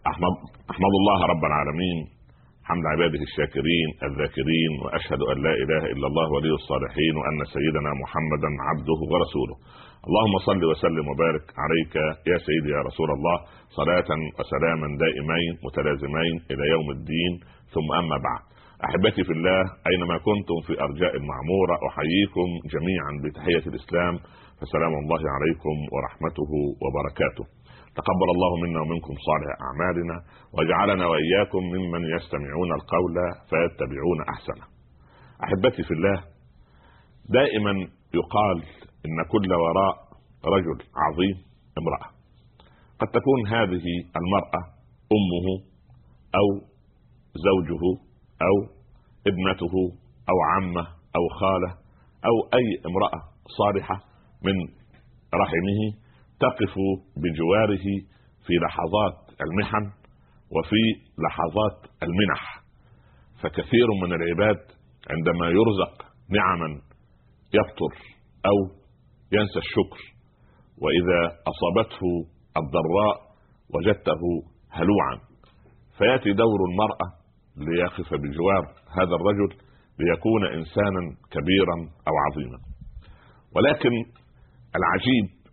أحمد الله رب العالمين حمد عباده الشاكرين الذاكرين، وأشهد أن لا إله إلا الله ولي الصالحين، وأن سيدنا محمدا عبده ورسوله. اللهم صل وسلم وبارك عليك يا سيدي يا رسول الله، صلاة وسلاما دائمين متلازمين إلى يوم الدين. ثم أما بعد، أحبتي في الله أينما كنتم في أرجاء المعمورة، أحييكم جميعا بتحية الإسلام، فسلام الله عليكم ورحمته وبركاته. تقبل الله منا ومنكم صالح أعمالنا، وجعلنا وإياكم ممن يستمعون القول فيتبعون أحسنه. أحبتي في الله، دائما يقال إن كل وراء رجل عظيم امرأة. قد تكون هذه المرأة أمه أو زوجه أو ابنته أو عمه أو خاله أو أي امرأة صالحة من رحمه تقف بجواره في لحظات المحن وفي لحظات المنح. فكثير من العباد عندما يرزق نعما يفطر أو ينسى الشكر، وإذا أصابته الضراء وجدته هلوعا. فيأتي دور المرأة ليقف بجوار هذا الرجل ليكون إنسانا كبيرا أو عظيما. ولكن العجيب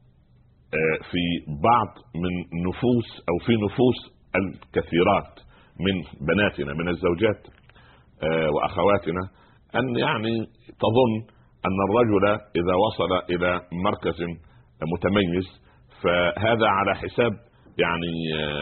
في بعض من نفوس أو في نفوس الكثيرات من بناتنا من الزوجات وأخواتنا أن يعني تظن أن الرجل إذا وصل إلى مركز متميز فهذا على حساب يعني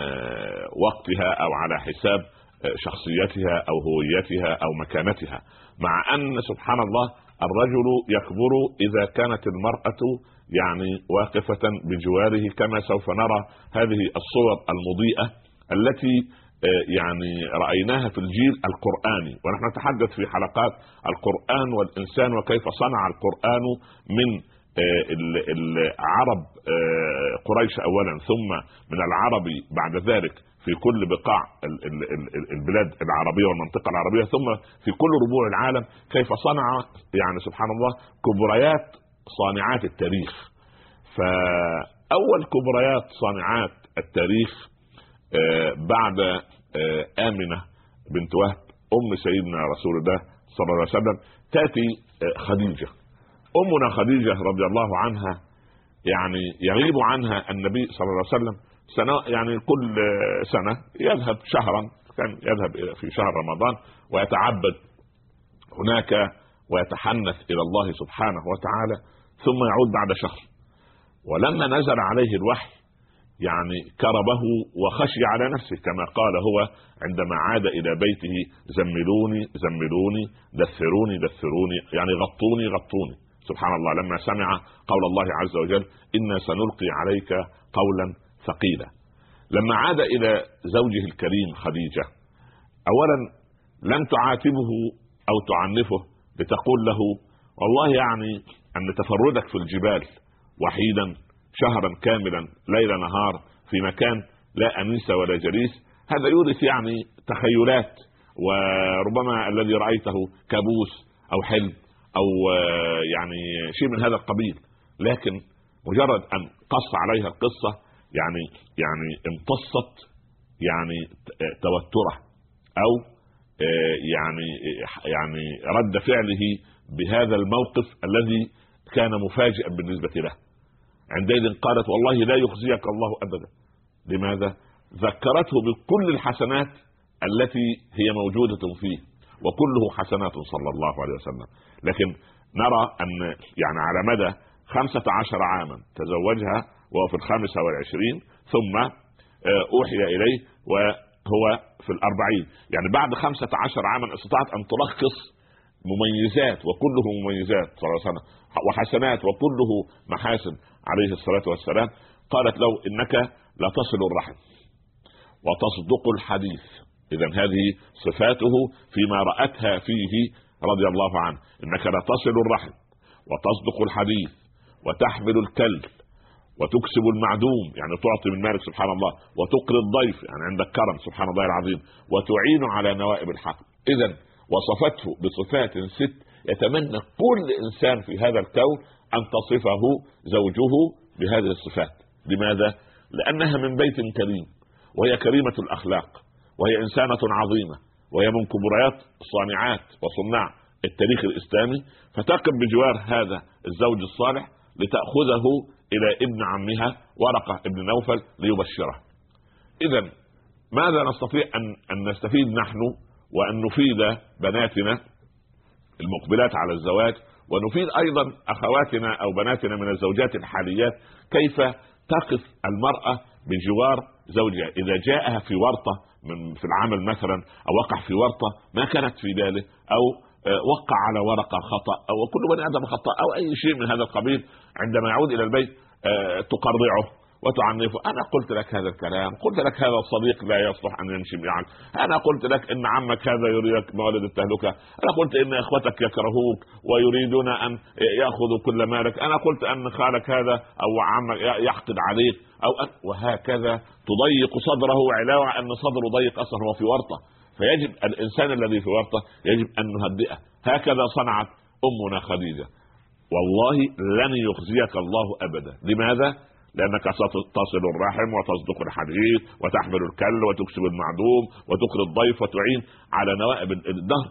وقتها أو على حساب شخصيتها أو هويتها أو مكانتها، مع أن سبحان الله الرجل يكبر إذا كانت المرأة يعني واقفة بجواره، كما سوف نرى هذه الصور المضيئة التي يعني رأيناها في الجيل القرآني. ونحن نتحدث في حلقات القرآن والإنسان وكيف صنع القرآن من العرب قريش أولا، ثم من العرب بعد ذلك في كل بقاع البلاد العربية والمنطقة العربية، ثم في كل ربوع العالم، كيف صنع يعني سبحان الله كبريات صانعات التاريخ. فأول كبريات صانعات التاريخ بعد آمنة بنت وهب أم سيدنا رسول الله صلى الله عليه وسلم تأتي خديجة. أمنا خديجة رضي الله عنها يعني يغيب عنها النبي صلى الله عليه وسلم سنة، يعني كل سنة يذهب شهرا، كان يذهب في شهر رمضان ويتعبد هناك ويتحنث إلى الله سبحانه وتعالى، ثم يعود بعد شهر. ولما نزل عليه الوحي يعني كربه وخشي على نفسه، كما قال هو عندما عاد إلى بيته: زملوني زملوني، دثروني دثروني، يعني غطوني غطوني. سبحان الله، لما سمع قول الله عز وجل: إنا سنلقي عليك قولا ثقيلا. لما عاد إلى زوجه الكريم خديجة، أولا لم تعاتبه أو تعنفه لتقول له: والله يعني أن تفردك في الجبال وحيدا شهرا كاملا ليل نهار في مكان لا أنيس ولا جليس، هذا يورث يعني تخيلات، وربما الذي رأيته كابوس أو حلم أو يعني شيء من هذا القبيل. لكن مجرد أن قص عليها القصة يعني امتصت يعني توتره أو يعني رد فعله بهذا الموقف الذي كان مفاجئا بالنسبة له. عندئذ قالت: والله لا يخزيك الله أبدا. لماذا؟ ذكرته بكل الحسنات التي هي موجودة فيه، وكله حسنات صلى الله عليه وسلم. لكن نرى أن يعني على مدى 15 عاما تزوجها وهو في 25، ثم أوحي إليه وهو في 40. يعني بعد 15 عاما استطاعت أن تلخص مميزات، وكله مميزات صلى الله عليه وسلم، وحسنات وكله محاسن عليه الصلاة والسلام. قالت له: إنك لا تصل الرحم وتصدق الحديث. إذن هذه صفاته فيما رأتها فيه رضي الله عنه: إنك لا تصل الرحم وتصدق الحديث وتحمل الكلب وتكسب المعدوم، يعني تعطي من مالك سبحان الله، وتقري الضيف، يعني عندك كرم سبحان الله العظيم، وتعين على نوائب الحق. إذن وصفته بصفات 6 يتمنى كل إنسان في هذا الكون أن تصفه زوجه بهذه الصفات. لماذا؟ لأنها من بيت كريم، وهي كريمة الأخلاق، وهي إنسانة عظيمة، وهي من كبريات صانعات وصناع التاريخ الإسلامي، فتقف بجوار هذا الزوج الصالح لتأخذه إلى ابن عمها ورقة ابن نوفل ليبشره. إذن ماذا نستطيع أن نستفيد نحن وأن نفيد بناتنا المقبلات على الزواج، ونفيد أيضا أخواتنا أو بناتنا من الزوجات الحاليات، كيف تقف المرأة بجوار زوجها إذا جاءها في ورطة في العمل مثلا، أو وقع في ورطة ما كانت في باله، أو وقع على ورقة خطأ، أو كل بني آدم خطأ، أو أي شيء من هذا القبيل. عندما يعود إلى البيت تقرعه وتعنفه. أنا قلت لك هذا الكلام، قلت لك هذا الصديق لا يصلح أن يمشي معك، أنا قلت لك إن عمك هذا يريدك موالد التهلكة، أنا قلت إن إخوتك يكرهوك ويريدون أن يأخذوا كل مالك، أنا قلت أن خالك هذا أو عمك يحقد عليك، وهكذا تضيق صدره علاوة أن صدره ضيق أصلا هو في ورطة. فيجب الإنسان الذي في ورطة يجب أن نهدئه. هكذا صنعت أمنا خديجة. والله لن يخزيك الله أبدا. لماذا؟ لأنك ستصل الرحم وتصدق الحديث وتحمل الكل وتكسب المعدوم وتقري الضيف وتعين على نوائب الدهر.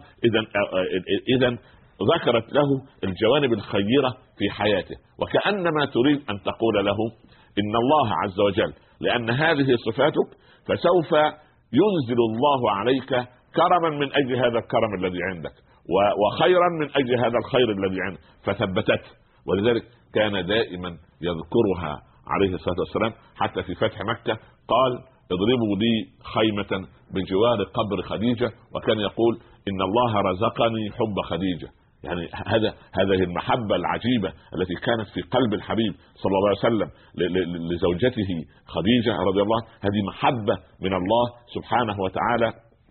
إذن ذكرت له الجوانب الخيرة في حياته، وكأنما تريد أن تقول له إن الله عز وجل لأن هذه صفاتك فسوف ينزل الله عليك كرما من أجل هذا الكرم الذي عندك، وخيرا من أجل هذا الخير الذي عندك. فثبتته، ولذلك كان دائما يذكرها عليه الصلاة والسلام. حتى في فتح مكة قال اضربوا لي خيمة بجوار قبر خديجة، وكان يقول إن الله رزقني حب خديجة. يعني هذه المحبة العجيبة التي كانت في قلب الحبيب صلى الله عليه وسلم لزوجته خديجة رضي الله عنها، هذه محبة من الله سبحانه وتعالى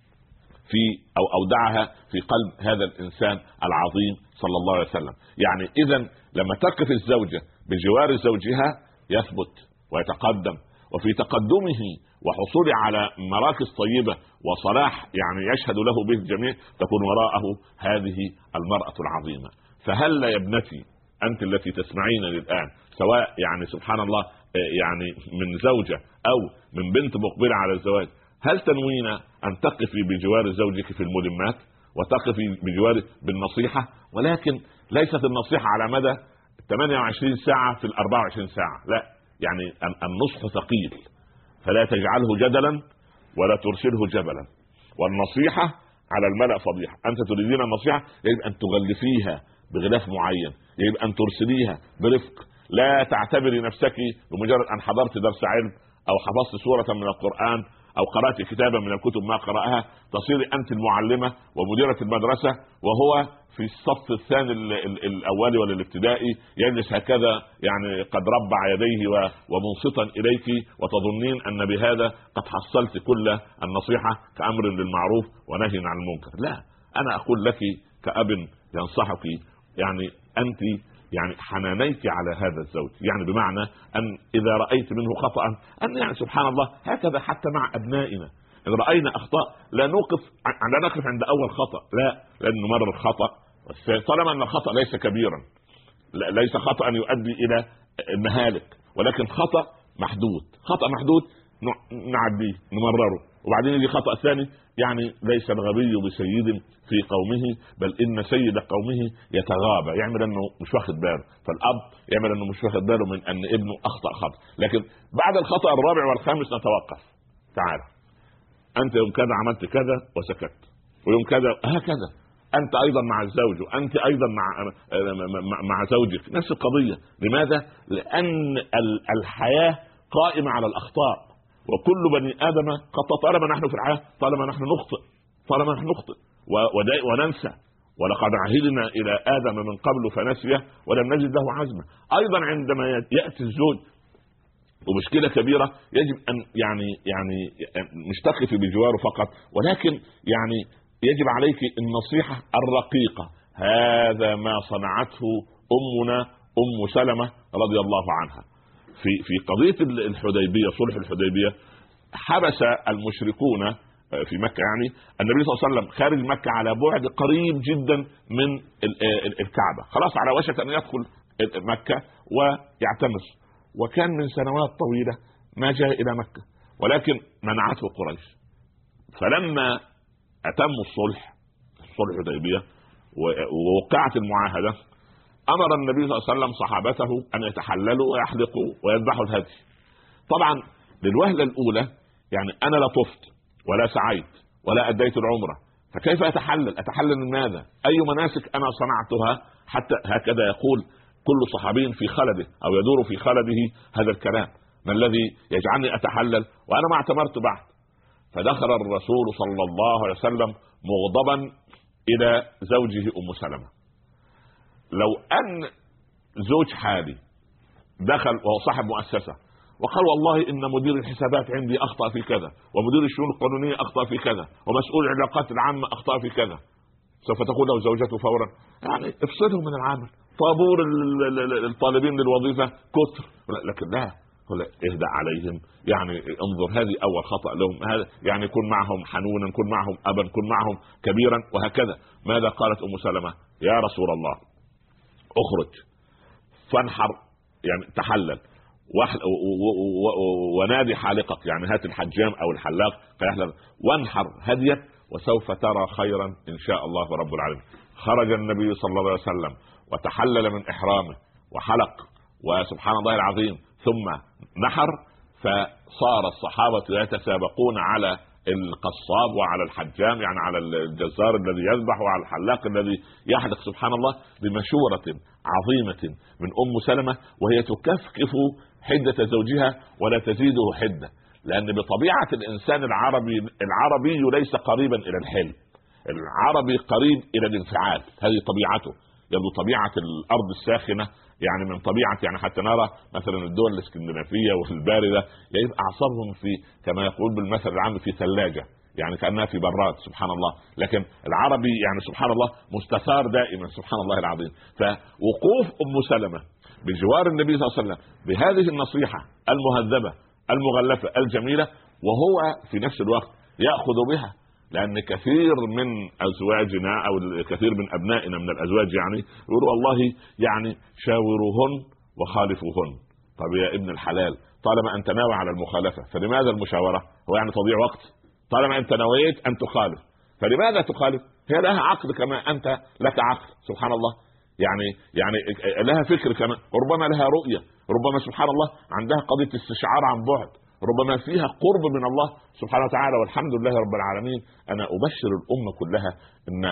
في أو أودعها في قلب هذا الإنسان العظيم صلى الله عليه وسلم. يعني إذن لما تقف الزوجة بجوار زوجها يثبت ويتقدم، وفي تقدمه وحصوله على مراكز طيبة وصلاح يعني يشهد له به الجميع تكون وراءه هذه المرأة العظيمة. فهل يا ابنتي أنت التي تسمعين الآن، سواء يعني سبحان الله يعني من زوجة أو من بنت مقبلة على الزواج، هل تنوين أن تقفي بجوار زوجك في الملمات وتقفي بجواره بالنصيحة؟ ولكن ليست النصيحة على مدى 28 ساعة في 24 ساعة، لا، يعني النصح ثقيل، فلا تجعله جدلا ولا ترسله جبلا. والنصيحة على الملأ فضيحة. أنت تريدين النصيحة يجب أن تغلفيها بغلاف معين، يجب أن ترسليها برفق. لا تعتبري نفسك بمجرد أن حضرت درس علم أو حفظت سورة من القرآن أو قرأت كتابا من الكتب ما قرأها تصيري أنت المعلمة ومديرة المدرسة، وهو في الصف الثاني الأولي والابتدائي يجلس هكذا يعني قد ربع يديه ومنصتا إليك، وتظنين أن بهذا قد حصلت كل النصيحة كأمر للمعروف ونهي عن المنكر. لا، أنا أقول لك كأب ينصحك، يعني أنت يعني حنانيك على هذا الزوج، يعني بمعنى أن إذا رأيت منه خطأ أن يعني سبحان الله هكذا حتى مع أبنائنا إذا رأينا أخطاء لا نقف عند أول خطأ، لا، لأن نمرر الخطأ طالما أن الخطأ ليس كبيرا، ليس خطأ يؤدي إلى المهالك، ولكن خطأ محدود نعديه نمرره. وبعدين يجي خطأ ثاني، يعني ليس الغبي بسيد في قومه بل إن سيد قومه يتغابى، يعمل أنه مش واخد باله، فالأب يعمل أنه مش واخد باله من أن ابنه أخطأ خطأ. لكن بعد الخطأ الرابع والخامس نتوقف، تعال أنت يوم كذا عملت كذا وسكت، ويوم كذا هكذا، أنت أيضا مع الزوج، وأنت أيضا مع زوجك نفس القضية. لماذا؟ لأن الحياة قائمة على الأخطاء، وكل بني آدم خطأ. طالما نحن في الحياة، طالما نحن نخطئ وننسى، ولقد عهدنا إلى آدم من قبل فنسيه ولم نجد له عزما. أيضا عندما يأتي الزوج ومشكلة كبيرة يجب أن يعني مش تقفي بجواره فقط، ولكن يعني يجب عليك النصيحة الرقيقة. هذا ما صنعته أمنا أم سلمة رضي الله عنها في قضية الحديبية، صلح الحديبية. حبس المشركون في مكة، يعني النبي صلى الله عليه وسلم خارج مكة على بعد قريب جدا من الكعبة، خلاص على وشك أن يدخل مكة ويعتمر، وكان من سنوات طويلة ما جاء إلى مكة، ولكن منعته قريش. فلما أتموا الصلح الحديبية ووقعت المعاهدة، أمر النبي صلى الله عليه وسلم صحابته أن يتحللوا ويحلقوا ويذبحوا الهدي. طبعا للوهلة الأولى يعني أنا لا طفت ولا سعيت ولا أديت العمرة، فكيف أتحلل من ماذا؟ أي مناسك أنا صنعتها؟ حتى هكذا يقول كل صحابي في خلده أو يدور في خلده هذا الكلام، ما الذي يجعلني أتحلل وأنا ما اعتمرت بعد؟ فدخل الرسول صلى الله عليه وسلم مغضبا إلى زوجه أم سلمة. لو أن زوج حالي دخل وهو صاحب مؤسسة وقال والله إن مدير الحسابات عندي أخطأ في كذا، ومدير الشؤون القانونية أخطأ في كذا، ومسؤول العلاقات العامة أخطأ في كذا، سوف تقول له زوجته فورا يعني افصله من العمل، طابور الطالبين للوظيفة كتر، لكن لا، اهدأ عليهم، يعني انظر هذه أول خطأ لهم، هذا يعني كن معهم حنونا، كن معهم أبا، كن معهم كبيرا، وهكذا. ماذا قالت أم سلمة؟ يا رسول الله اخرج فانحر، يعني تحلل ونادي حالقك، يعني هات الحجام أو الحلاق فيحلق، وانحر هديك وسوف ترى خيرا إن شاء الله رب العالمين. خرج النبي صلى الله عليه وسلم وتحلل من إحرامه وحلق، وسبحان الله العظيم ثم نحر، فصار الصحابة يتسابقون على القصاب وعلى الحجام، يعني على الجزار الذي يذبح وعلى الحلاق الذي يحلق، سبحان الله، بمشورة عظيمة من أم سلمة، وهي تكفكف حدة زوجها ولا تزيده حدة، لأن بطبيعة الإنسان العربي ليس قريبا إلى الحلم، العربي قريب إلى الانفعال، هذه طبيعته. يبدو طبيعة الأرض الساخنة يعني من طبيعة، يعني حتى نرى مثلا الدول الاسكندنافية والباردة يبقى أعصابهم في كما يقول بالمثل العام في ثلاجة، يعني كأنها في براد، سبحان الله. لكن العربي يعني سبحان الله مستثار دائما، سبحان الله العظيم. فوقوف أم سلمة بجوار النبي صلى الله عليه وسلم بهذه النصيحة المهذبة المغلفة الجميلة، وهو في نفس الوقت يأخذ بها، لأن كثير من أزواجنا أو كثير من أبنائنا من الأزواج يعني يقولوا والله يعني شاوروهن وخالفوهن. طب يا ابن الحلال، طالما أنت ناوي على المخالفة فلماذا المشاورة؟ هو يعني تضيع وقت؟ طالما أنت نويت أن تخالف فلماذا تخالف؟ هي لها عقل كما أنت لك عقل، سبحان الله، يعني لها فكر كما، ربما لها رؤية، ربما سبحان الله عندها قضية استشعار عن بعد، ربما فيها قرب من الله سبحانه وتعالى. والحمد لله رب العالمين. أنا أبشر الأمة كلها أن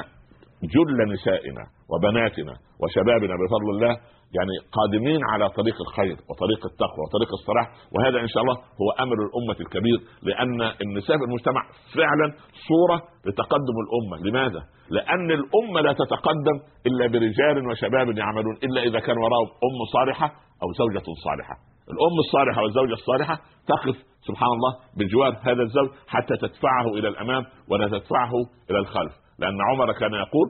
جل نسائنا وبناتنا وشبابنا بفضل الله يعني قادمين على طريق الخير وطريق التقوى وطريق الصلاح، وهذا إن شاء الله هو أمر الأمة الكبير، لأن النساء في المجتمع فعلا صورة لتقدم الأمة. لماذا؟ لأن الأمة لا تتقدم إلا برجال وشباب يعملون، إلا إذا كان وراءهم أم صالحة أو زوجة صالحة. الأم الصالحة والزوجة الصالحة تقف سبحان الله بجوار هذا الزوج حتى تدفعه إلى الأمام ولا تدفعه إلى الخلف. لأن عمر كان يقول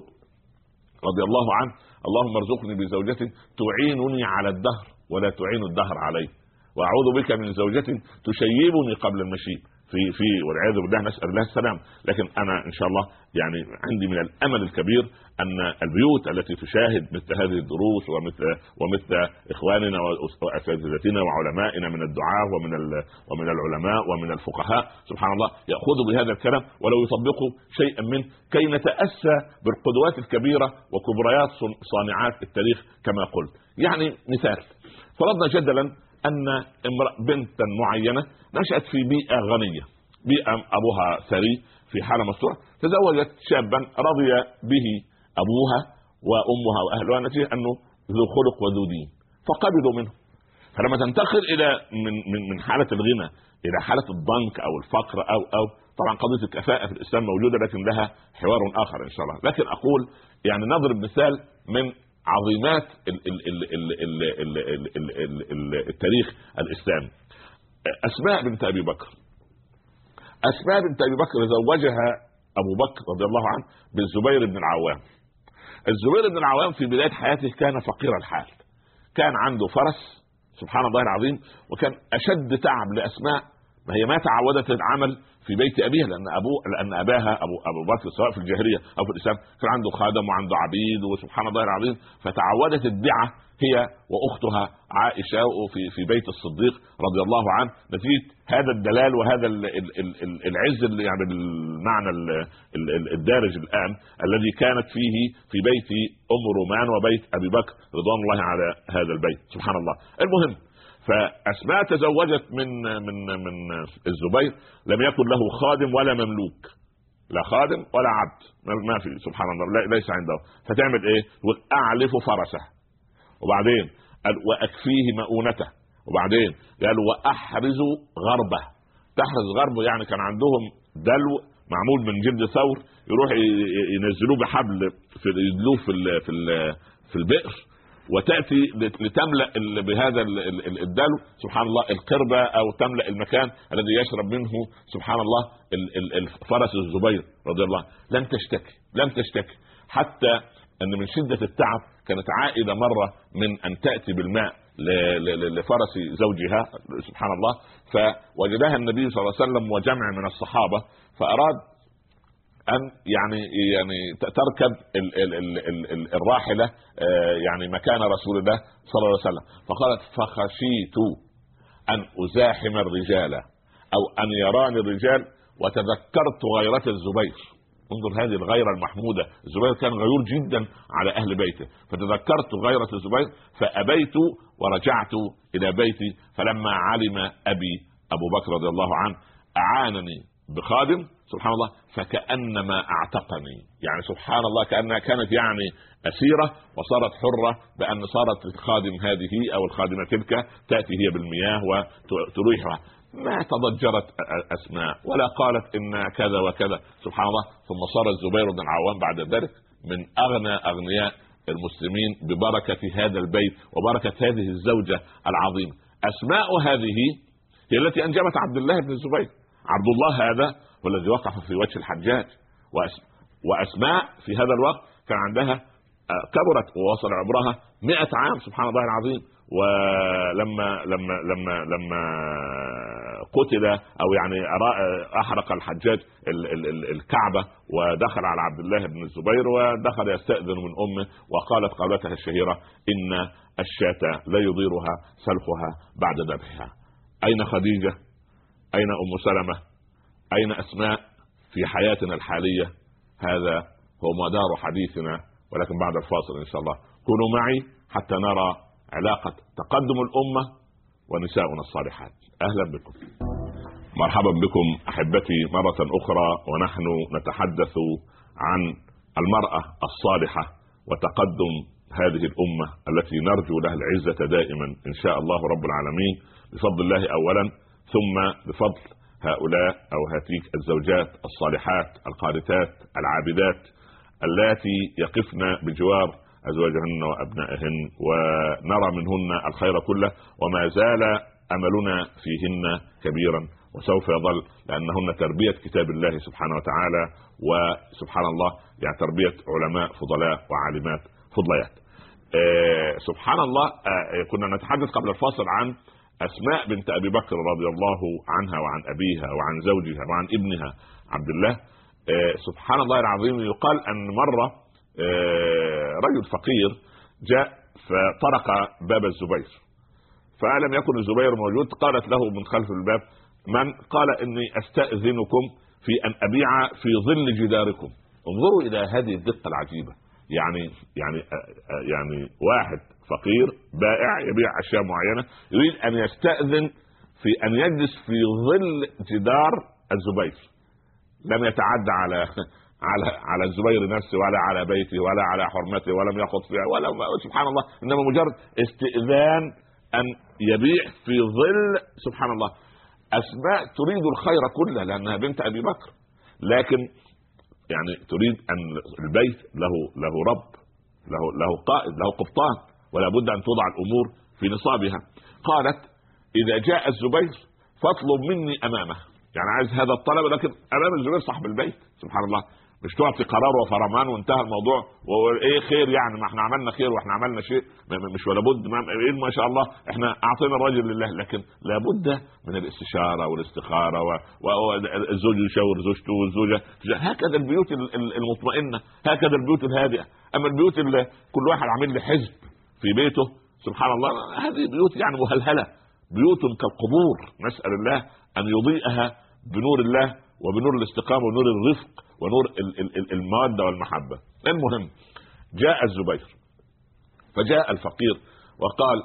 رضي الله عنه: اللهم ارزقني بزوجة تعينني على الدهر ولا تعين الدهر علي، وأعوذ بك من زوجة تشيبني قبل المشيب. في والعياذ بالله، نسأل الله السلام. لكن أنا إن شاء الله يعني عندي من الأمل الكبير أن البيوت التي تشاهد مثل هذه الدروس ومثل إخواننا وأساتذتنا وعلمائنا من الدعاة ومن العلماء ومن الفقهاء سبحان الله يأخذوا بهذا الكلام ولو يطبقوا شيئا منه، كي نتأسى بالقدوات الكبيرة وكبريات صانعات التاريخ كما قلت. يعني مثال، فرضنا جدلا أن بنتا معينة نشأت في بيئة غنية، بيئة أبوها ثري في حالة مستورة، تزوجت شابا رضي به أبوها وأمها وأهلها نتيجة أنه ذو خلق وذو دين، فقبلوا منه. فلما تنتقل إلى من حالة الغنى إلى حالة الضنك أو الفقر أو طبعا قضية الكفاءة في الإسلام موجودة، لكن لها حوار آخر إن شاء الله. لكن أقول يعني نضرب مثال من عظيمات التاريخ الإسلامي. أسماء بنت أبي بكر. أسماء بنت أبي بكر زوجها أبو بكر رضي الله عنه بالزبير بن العوام. الزبير بن العوام في بداية حياته كان فقير الحال، كان عنده فرس سبحان الله العظيم، وكان أشد تعب لأسماء ما هي ما تعودت العمل في بيت ابيها، لان اباها ابو بكر سواء في الجاهليه او في الاسلام كان عنده خادم وعنده عبيد، وسبحان الله العظيم، فتعودت الدعه هي واختها عائشه في بيت الصديق رضي الله عنه، نتيجه هذا الدلال وهذا العز يعني بالمعنى الدارج الان الذي كانت فيه في بيت ام رومان وبيت ابي بكر رضوان الله على هذا البيت. سبحان الله. المهم، فأسماء تزوجت من الزبير، لم يكن له خادم ولا مملوك، لا خادم ولا عبد، ما في، سبحان الله، ليس عنده. فتعمل ايه؟ تقول اعلف فرسه، وبعدين قال واكفيه مؤونته، وبعدين قال واحرز غربه. تحرز غربه يعني كان عندهم دلو معمول من جلد ثور، يروح ينزلوه بحبل يدلوه في البئر، وتأتي لتملأ بهذا الدلو سبحان الله القربة، أو تملأ المكان الذي يشرب منه سبحان الله فرس الزبير رضي الله. لم تشتكي حتى أن من شدة التعب كانت عائدة مرة من أن تأتي بالماء لفرس زوجها سبحان الله، فوجدها النبي صلى الله عليه وسلم وجمع من الصحابة، فأراد أن يعني تركب الراحلة يعني مكان رسول الله صلى الله عليه وسلم، فقالت فخشيت أن أزاحم الرجال أو أن يراني الرجال وتذكرت غيرة الزبير. انظر هذه الغيرة المحمودة، الزبير كان غيور جدا على أهل بيته، فتذكرت غيرة الزبير فأبيت ورجعت إلى بيتي. فلما علم أبو بكر رضي الله عنه أعانني بخادم سبحان الله فكأنما اعتقني، يعني سبحان الله كأنها كانت يعني أسيرة وصارت حرة، بأن صارت الخادم هذه أو الخادمة تلك تأتي هي بالمياه وتريحها. ما تضجرت أسماء ولا قالت إن كذا وكذا سبحان الله. ثم صار الزبير بن العوام بعد ذلك من أغنى أغنياء المسلمين ببركة هذا البيت وبركة هذه الزوجة العظيمة. أسماء هذه هي التي أنجبت عبد الله بن الزبير. عبد الله هذا والذي وقف في وجه الحجاج، وأسماء في هذا الوقت كان عندها كبرت ووصل عمرها 100 عام سبحان الله العظيم. ولما لما لما لما قتل او يعني احرق الحجاج الكعبة ودخل على عبد الله بن الزبير ودخل يستأذن من امه، وقالت قولتها الشهيرة ان الشاة لا يضيرها سلخها بعد ذبحها. اين خديجة؟ اين ام سلمة؟ اين اسماء في حياتنا الحالية؟ هذا هو مدار حديثنا، ولكن بعد الفاصل ان شاء الله. كونوا معي حتى نرى علاقة تقدم الأمة ونساؤنا الصالحات. أهلا بكم، مرحبا بكم أحبتي مرة أخرى، ونحن نتحدث عن المرأة الصالحة وتقدم هذه الأمة التي نرجو لها العزة دائما إن شاء الله رب العالمين، بفضل الله أولا، ثم بفضل هؤلاء أو هاتيك الزوجات الصالحات القانتات العابدات اللاتي يقفن بجوار أزواجهن وأبنائهن، ونرى منهن الخير كله، وما زال أملنا فيهن كبيرا وسوف يظل، لأنهن تربية كتاب الله سبحانه وتعالى، وسبحان الله يعني تربية علماء فضلاء وعالمات فضليات. سبحان الله. كنا نتحدث قبل الفاصل عن أسماء بنت أبي بكر رضي الله عنها وعن أبيها وعن زوجها وعن ابنها عبد الله. سبحان الله العظيم. يقال أن مرة رجل فقير جاء فطرق باب الزبير، فلم يكن الزبير موجود. قالت له من خلف الباب من؟ قال إني أستأذنكم في أن أبيع في ظل جداركم. انظروا إلى هذه الدقة العجيبة، يعني واحد فقير بائع يبيع أشياء معينة يريد أن يستأذن في أن يجلس في ظل جدار الزبير، لم يتعدى على الزبير نفسه ولا على بيته ولا على حرمته، ولم يخط فيها ولا سبحان الله، إنما مجرد استئذان أن يبيع في ظل سبحان الله. أسماء تريد الخير كله لأنها بنت أبي بكر، لكن يعني تريد أن البيت له رب، له قائد، له قبطان، ولا بد أن توضع الأمور في نصابها. قالت إذا جاء الزبير فاطلب مني أمامه، يعني عايز هذا الطلب لكن أمام الزبير صاحب البيت سبحان الله. مش تعطي قرار وفرمان وانتهى الموضوع، وايه خير يعني، ما احنا عملنا خير واحنا عملنا شيء، مش ولا بد ما شاء الله احنا اعطينا الرجل لله، لكن لابد من الاستشاره والاستخاره، والزوج يشاور زوجته والزوجه. هكذا البيوت المطمئنه، هكذا البيوت الهادئه. اما البيوت اللي كل واحد عامل له حزب في بيته، سبحان الله، هذه بيوت يعني مهلهله، بيوت كالقبور. نسال الله ان يضيئها بنور الله وبنور الاستقامه ونور الرفق ونور الموده والمحبه. المهم جاء الزبير، فجاء الفقير وقال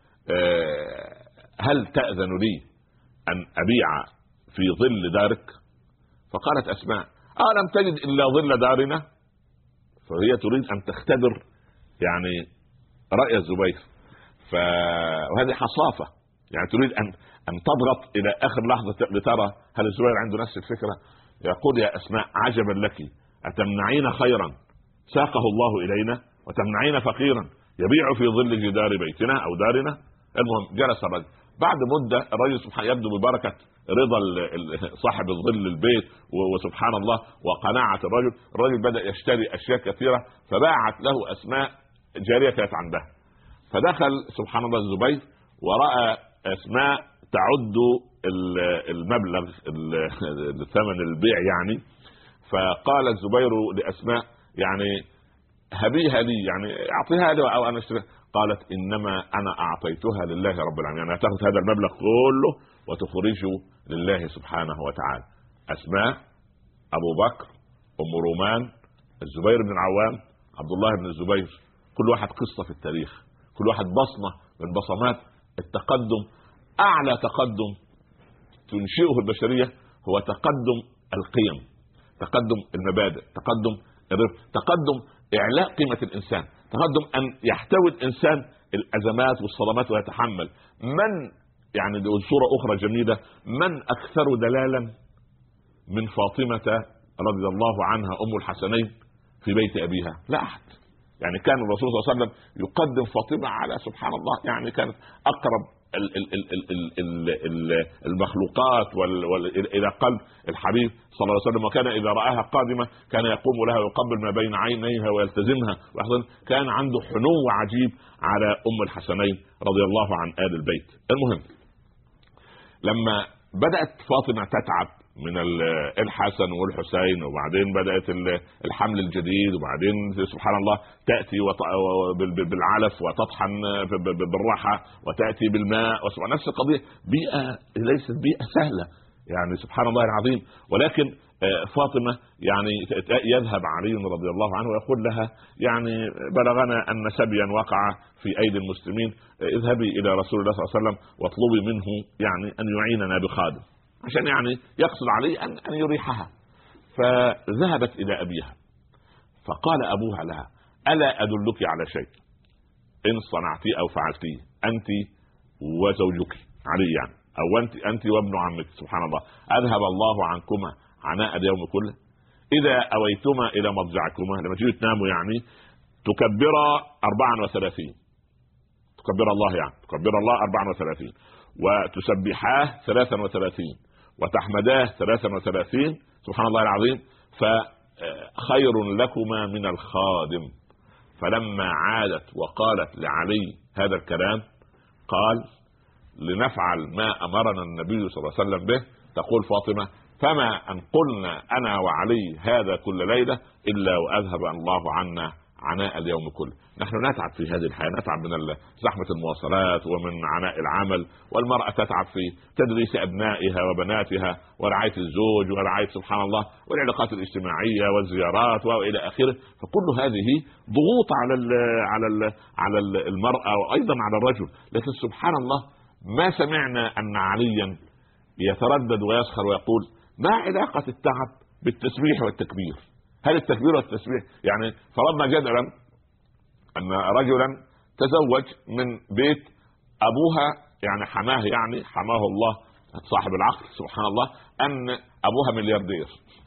هل تأذن لي أن أبيع في ظل دارك؟ فقالت أسماء ألم تجد إلا ظل دارنا؟ فهي تريد أن تختبر يعني رأي الزبير، وهذه حصافة، يعني تريد أن تضغط إلى آخر لحظة لترى هل الزبير عنده نفس الفكرة. يقول يا أسماء عجبا لك، أتمنعين خيرا ساقه الله إلينا وتمنعين فقيرا يبيع في ظل جدار بيتنا أو دارنا؟ المهم جلس الرجل، بعد مدة الرجل سبحانه يبدو ببركة رضا صاحب الظل البيت وسبحان الله وقناعة الرجل بدأ يشتري أشياء كثيرة، فباعت له أسماء جارية كانت عندها. فدخل سبحان الله الزبير ورأى أسماء تعد المبلغ ثمن البيع يعني، فقال الزبير لأسماء يعني هبيها لي، يعني اعطيها لي او انا اشتري. قالت انما انا اعطيتها لله رب العالمين، يعني تاخذ هذا المبلغ كله وتخرجه لله سبحانه وتعالى. اسماء، ابو بكر، ام رومان، الزبير بن العوام، عبد الله بن الزبير، كل واحد قصه في التاريخ، كل واحد بصمه من بصمات التقدم. اعلى تقدم تنشئه البشريه هو تقدم القيم، تقدم المبادئ، تقدم الرفق، تقدم إعلاء قيمة الإنسان، تقدم أن يحتوي الإنسان الأزمات والصدمات ويتحمل. من يعني صورة أخرى جميلة، من أكثر دلالا من فاطمة رضي الله عنها أم الحسنين في بيت أبيها؟ لا أحد. يعني كان الرسول صلى الله عليه وسلم يقدم فاطمة على سبحان الله، يعني كانت أقرب المخلوقات الى قلب الحبيب صلى الله عليه وسلم، وكان اذا راها قادمه كان يقوم لها ويقبل ما بين عينيها ويلتزمها ويحضن. كان عنده حنو عجيب على ام الحسنين رضي الله عن آل البيت. المهم لما بدات فاطمه تتعب من الحسن والحسين، وبعدين بدأت الحمل الجديد، وبعدين سبحان الله تأتي بالعلف وتطحن بالرحى وتأتي بالماء، نفس القضية. بيئة ليست بيئة سهلة يعني سبحان الله العظيم. ولكن فاطمة يعني يذهب علي رضي الله عنه ويقول لها يعني بلغنا أن سبيا وقع في أيدي المسلمين، اذهبي إلى رسول الله صلى الله عليه وسلم واطلبي منه يعني أن يعيننا بخادم، عشان يعني يقصد عليه أن يريحها. فذهبت إلى أبيها فقال أبوها لها ألا أدلك على شيء إن صنعتي أو فعلتي أنت وزوجك علي، يعني أو أنت وابن عمك، سبحان الله، أذهب الله عنكما عناء اليوم كله. إذا أويتما إلى مضجعكما، لما تيجي تناموا يعني تكبرا 34، تكبر الله يعني تكبر الله 34، وتسبحاه 33، وتحمداه 33، سبحان الله العظيم، فخير لكما من الخادم. فلما عادت وقالت لعلي هذا الكلام قال لنفعل ما أمرنا النبي صلى الله عليه وسلم به. تقول فاطمة فما أن قلنا أنا وعلي هذا كل ليلة إلا وأذهب الله عنا عناء اليوم كله. نحن نتعب في هذه الحياة، نتعب من زحمة المواصلات ومن عناء العمل، والمرأة تتعب في تدريس أبنائها وبناتها ورعاية الزوج ورعاية سبحان الله والعلاقات الاجتماعية والزيارات وإلى آخره. فكل هذه ضغوط على المرأة وأيضا على الرجل. لكن سبحان الله ما سمعنا أن عليا يتردد ويسخر ويقول ما علاقة التعب بالتسبيح والتكبير؟ هل التكبير والتسبيح يعني فرضنا جدلا أن رجلا تزوج من بيت أبوها، يعني حماه، يعني حماه الله صاحب العقل سبحان الله، أن أبوها ملياردير،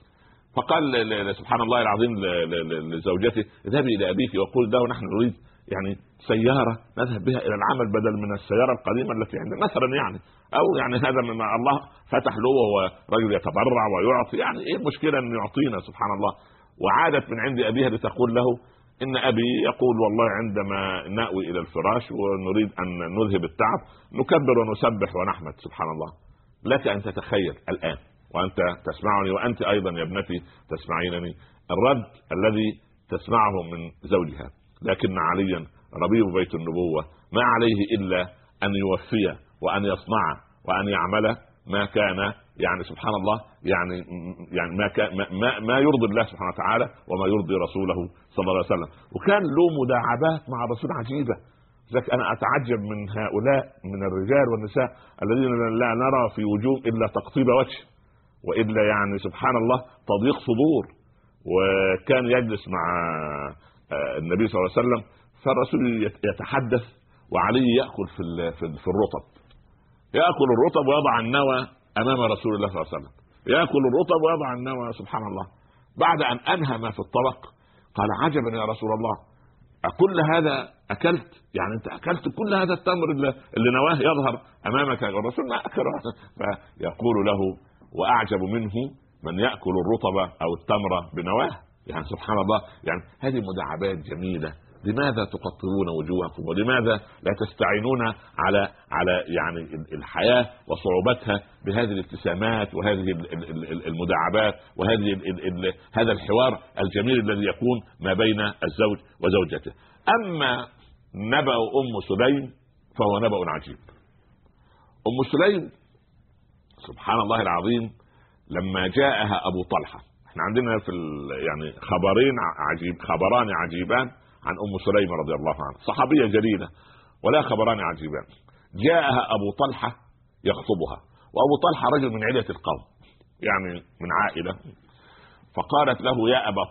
فقال سبحان الله العظيم لزوجته اذهبي إلى أبيك وقول له نحن نريد يعني سيارة نذهب بها إلى العمل بدل من السيارة القديمة التي عندنا مثلا، يعني أو يعني هذا مما الله فتح له وهو رجل يتبرع ويعطي، يعني إيه المشكلة أن يعطينا سبحان الله. وعادت من عند أبيها لتقول له إن أبي يقول والله عندما نأوي إلى الفراش ونريد أن نذهب التعب نكبر ونسبح ونحمد سبحان الله. لك أن تتخيل الآن وأنت تسمعني وأنت أيضا يا ابنتي تسمعينني الرد الذي تسمعه من زوجها. لكن عليا ربيب بيت النبوة ما عليه إلا أن يوفي وأن يصنع وأن يعمل ما كان يعني سبحان الله يعني ما يرضي الله سبحانه وتعالى وما يرضي رسوله صلى الله عليه وسلم. وكان له مداعبات مع الرسول عجيبة. لذلك أنا أتعجب من هؤلاء من الرجال والنساء الذين لا نرى في وجوه إلا تقطيب وجه وإلا يعني سبحان الله تضييق صدور. وكان يجلس مع النبي صلى الله عليه وسلم فالرسول يتحدث وعليه يأكل في الرطب، يأكل الرطب ويضع النوى أمام رسول الله صلى الله عليه وسلم، يأكل الرطب ويضع النوى سبحان الله. بعد أن أنهى ما في الطبق قال عجبا يا رسول الله أكل هذا أكلت؟ يعني أنت أكلت كل هذا التمر اللي نواه يظهر أمامك؟ الرسول ما أكل. فيقول له وأعجب منه من يأكل الرطب أو التمر بنواه. يعني سبحان الله يعني هذه مداعبات جميلة. لماذا تقطرون وجوهكم ولماذا لا تستعينون على يعني الحياة وصعوبتها بهذه الابتسامات وهذه المداعبات وهذه هذا الحوار الجميل الذي يكون ما بين الزوج وزوجته. أما نبأ أم سليم فهو نبأ عجيب. أم سليم سبحان الله العظيم لما جاءها أبو طلحة، احنا عندنا في يعني خبران عجيبان عن أم سليم رضي الله عنها، صحابية جليلة ولا خبران عجيبان. جاءها أبو طلحة يخطبها، وأبو طلحة رجل من عيلة القوم يعني من عائلة، فقالت له يا أبا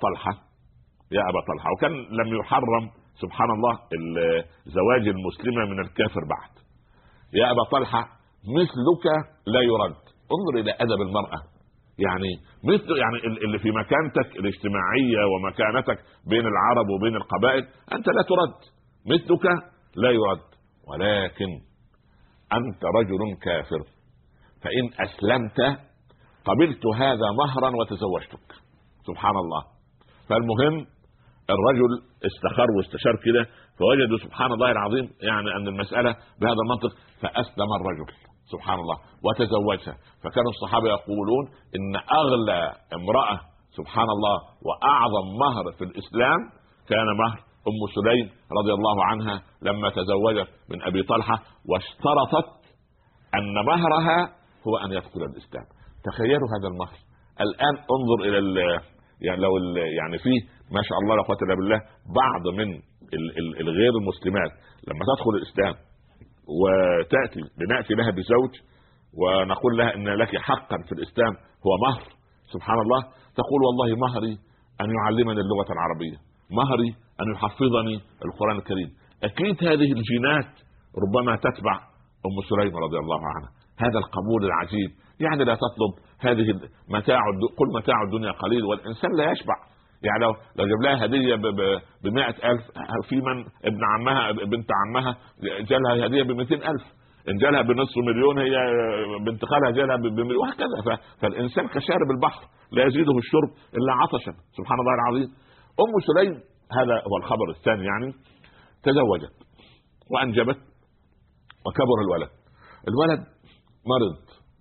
طلحة، وكان لم يحرم سبحان الله زواج المسلمة من الكافر بعد. يا أبا طلحة مثلك لا يرد. انظر إلى أدب المرأة، يعني مثل يعني اللي في مكانتك الاجتماعية ومكانتك بين العرب وبين القبائل أنت لا ترد، مثلك لا يرد، ولكن أنت رجل كافر فإن أسلمت قبلت هذا مهرا وتزوجتك. سبحان الله. فالمهم الرجل استخر واستشار كده فوجدوا سبحان الله العظيم يعني أن المسألة بهذا المنطق، فأسلم الرجل سبحان الله وتزوجها. فكان الصحابة يقولون إن أغلى امرأة سبحان الله وأعظم مهر في الإسلام كان مهر أم سليم رضي الله عنها لما تزوجت من أبي طلحة، واشترطت أن مهرها هو أن يدخل الإسلام. تخيلوا هذا المهر. الآن انظر إلى يعني لو يعني فيه ما شاء الله لا قوة إلا بالله بعض من الغير المسلمات لما تدخل الإسلام وتأتي لنأتي لها بزوج ونقول لها إن لك حقا في الإسلام هو مهر سبحان الله، تقول والله مهري أن يعلمني اللغة العربية، مهري أن يحفظني القرآن الكريم. أكيد هذه الجينات ربما تتبع أم سليم رضي الله عنها. هذا القبول العجيب، يعني لا تطلب هذه قل متاع الدنيا قليل والإنسان لا يشبع. يعني لو جاب لها هدية ب100,000، في من ابن عمها بنت عمها جالها هدية ب200,000، إن جالها بنصف مليون هي بنت خالها جالها بمليون، وهكذا. فالإنسان كشارب البحر لا يزيده الشرب إلا عطشا سبحان الله العظيم. أم سليم هذا هو الخبر الثاني، يعني تزوجت وأنجبت وكبر الولد مرض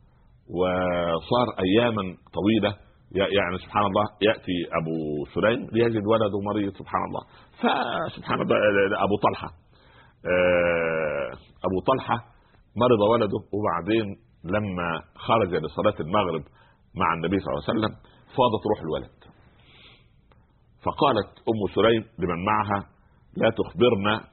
وصار أياما طويلة، يعني سبحان الله يأتي أبو سليم ليجد ولده مريض سبحان الله. فسبحان الله أبو طلحة مرض ولده، وبعدين لما خرج لصلاة المغرب مع النبي صلى الله عليه وسلم فاضت روح الولد، فقالت أم سليم لمن معها لا تخبرنا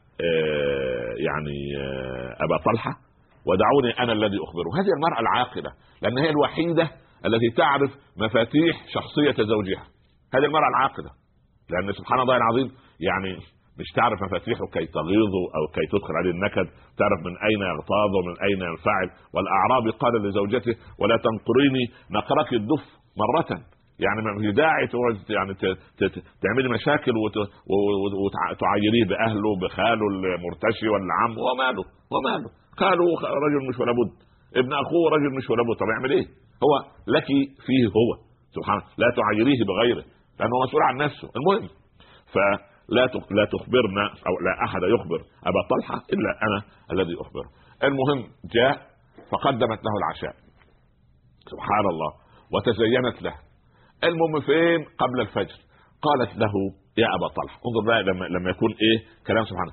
أبا طلحة ودعوني أنا الذي أخبره. هذه المرأة العاقلة لأن هي الوحيدة التي تعرف مفاتيح شخصية زوجها، هذه المرأة العاقلة، لأن سبحان الله العظيم يعني مش تعرف مفاتيحه كي تغيظه أو كي تدخل عليه النكد، تعرف من أين يغتاظ ومن أين ينفعل. والأعرابي قال لزوجته ولا تنقريني نقرك الدف مرة، يعني ما في داعي يعني تعملي مشاكل وتعيريه بأهله بخاله المرتشي ولا عمه وماله قالوا رجل مش ولا بد، ابن أخوه رجل مش ولا بد، طب يعمل إيه؟ هو لك فيه هو سبحانه، لا تعيريه بغيره. لانه مسؤول عن نفسه. المهم لا تخبرنا او لا احد يخبر ابا طلحه الا انا الذي اخبره. المهم جاء فقدمت له العشاء سبحان الله وتزينت له. المهم فين قبل الفجر قالت له يا ابا طلحه، انظر بقى لما يكون كلام سبحانه،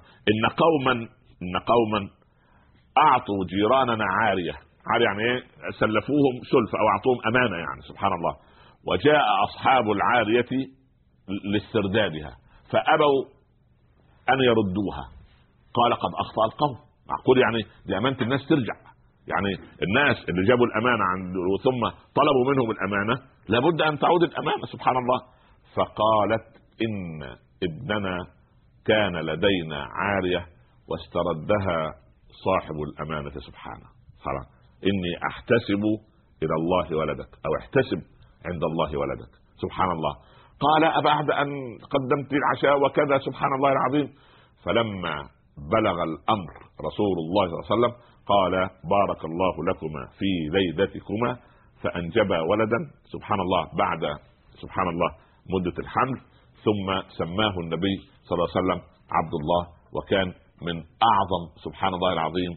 ان قوما اعطوا جيراننا عاريه يعني سلفوهم سلف او اعطوهم امانه يعني سبحان الله، وجاء اصحاب العاريه لاستردادها فابوا ان يردوها. قال قد اخطا القوم. معقول يعني دي امانه الناس ترجع؟ يعني الناس اللي جابوا الامانه ثم طلبوا منهم الامانه لابد ان تعود الامانه سبحان الله. فقالت ان ابننا كان لدينا عاريه واستردها صاحب الامانه سبحانه. خلاص اني احتسب الى الله ولدك او احتسب عند الله ولدك سبحان الله. قال بعد ان قدمت العشاء وكذا سبحان الله العظيم. فلما بلغ الامر رسول الله صلى الله عليه وسلم قال بارك الله لكما في ليلتكما فانجبا ولدا سبحان الله بعد سبحان الله مده الحمل. ثم سماه النبي صلى الله عليه وسلم عبد الله، وكان من اعظم سبحان الله العظيم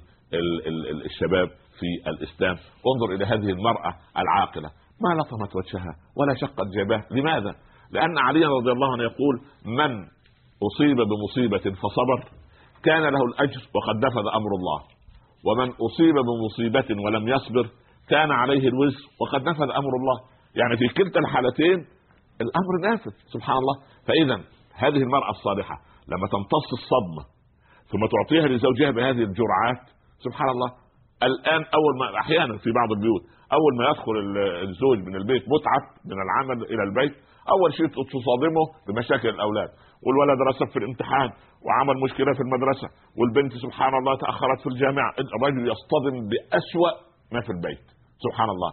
الشباب في الاسلام. انظر الى هذه المراه العاقله ما لطمت وجهها ولا شقت جبهها. لماذا؟ لان علي رضي الله عنه يقول من اصيب بمصيبه فصبر كان له الاجر وقد نفذ امر الله، ومن اصيب بمصيبه ولم يصبر كان عليه الوزر وقد نفذ امر الله. يعني في كلتا الحالتين الامر نافذ سبحان الله. فاذا هذه المراه الصالحه لما تمتص الصدمه ثم تعطيها لزوجها بهذه الجرعات سبحان الله. الان اول ما احيانا في بعض البيوت اول ما يدخل الزوج من البيت متعب من العمل الى البيت اول شيء تصادمه بمشاكل الاولاد، والولد رسب في الامتحان وعمل مشكله في المدرسه، والبنت سبحان الله تاخرت في الجامعه. الرجل يصطدم باسوا ما في البيت سبحان الله،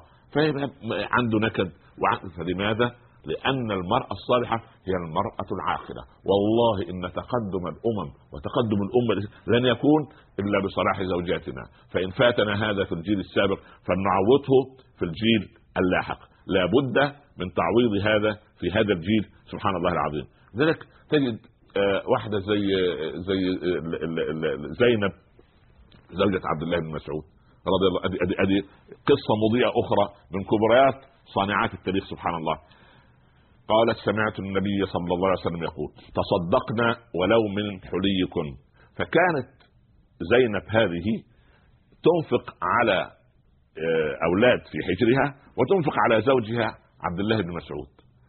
عنده نكد. فلماذا؟ لأن المرأة الصالحة هي المرأة العاقلة. والله إن تقدم الأمم وتقدم الأمة لن يكون إلا بصلاح زوجاتنا، فإن فاتنا هذا في الجيل السابق فلنعوضه في الجيل اللاحق. لا بد من تعويض هذا في هذا الجيل سبحان الله العظيم. لذلك تجد واحدة زي زينب زوجة عبد الله بن مسعود رضي الله. أدي قصة مضيئة أخرى من كبريات صانعات التاريخ سبحان الله. قالت سمعت النبي صلى الله عليه وسلم يقول تصدقنا ولو من حليكن. فكانت زينب هذه تنفق على أولاد في حجرها وتنفق على زوجها عبد الله بن مسعود.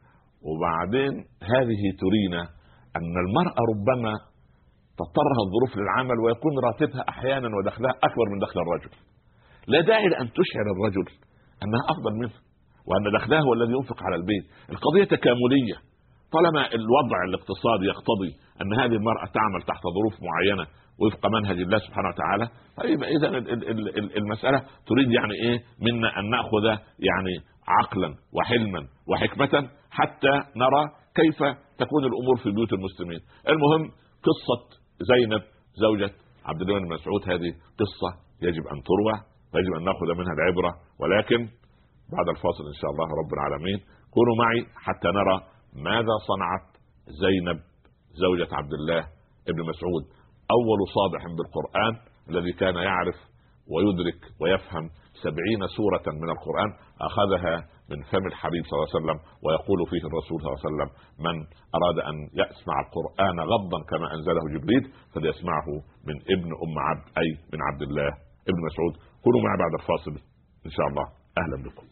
وبعدين هذه ترينا أن المرأة ربما تضطرها الظروف للعمل ويكون راتبها أحيانا ودخلها أكبر من دخل الرجل. لا داعي لأن تشعر الرجل أنها أفضل منه وأن دخلها هو الذي ينفق على البيت. القضية تكاملية. طالما الوضع الاقتصادي يقتضي أن هذه المرأة تعمل تحت ظروف معينة وفق منهج الله سبحانه وتعالى، طيب إذا المسألة تريد يعني منا أن نأخذ يعني عقلا وحلما وحكمة حتى نرى كيف تكون الأمور في بيوت المسلمين. المهم قصة زينب زوجة عبد الله بن مسعود هذه قصة يجب أن تروى ويجب أن نأخذ منها العبرة، ولكن بعد الفاصل إن شاء الله رب العالمين كونوا معي حتى نرى ماذا صنعت زينب زوجة عبد الله ابن مسعود، أول صادح بالقرآن الذي كان يعرف ويدرك ويفهم 70 سورة من القرآن أخذها من فم الحبيب صلى الله عليه وسلم. ويقول فيه الرسول صلى الله عليه وسلم من أراد أن يسمع القرآن غضا كما أنزله جبريل فليسمعه من ابن أم عبد أي من عبد الله ابن مسعود. كونوا معي بعد الفاصل إن شاء الله. أهلا بكم،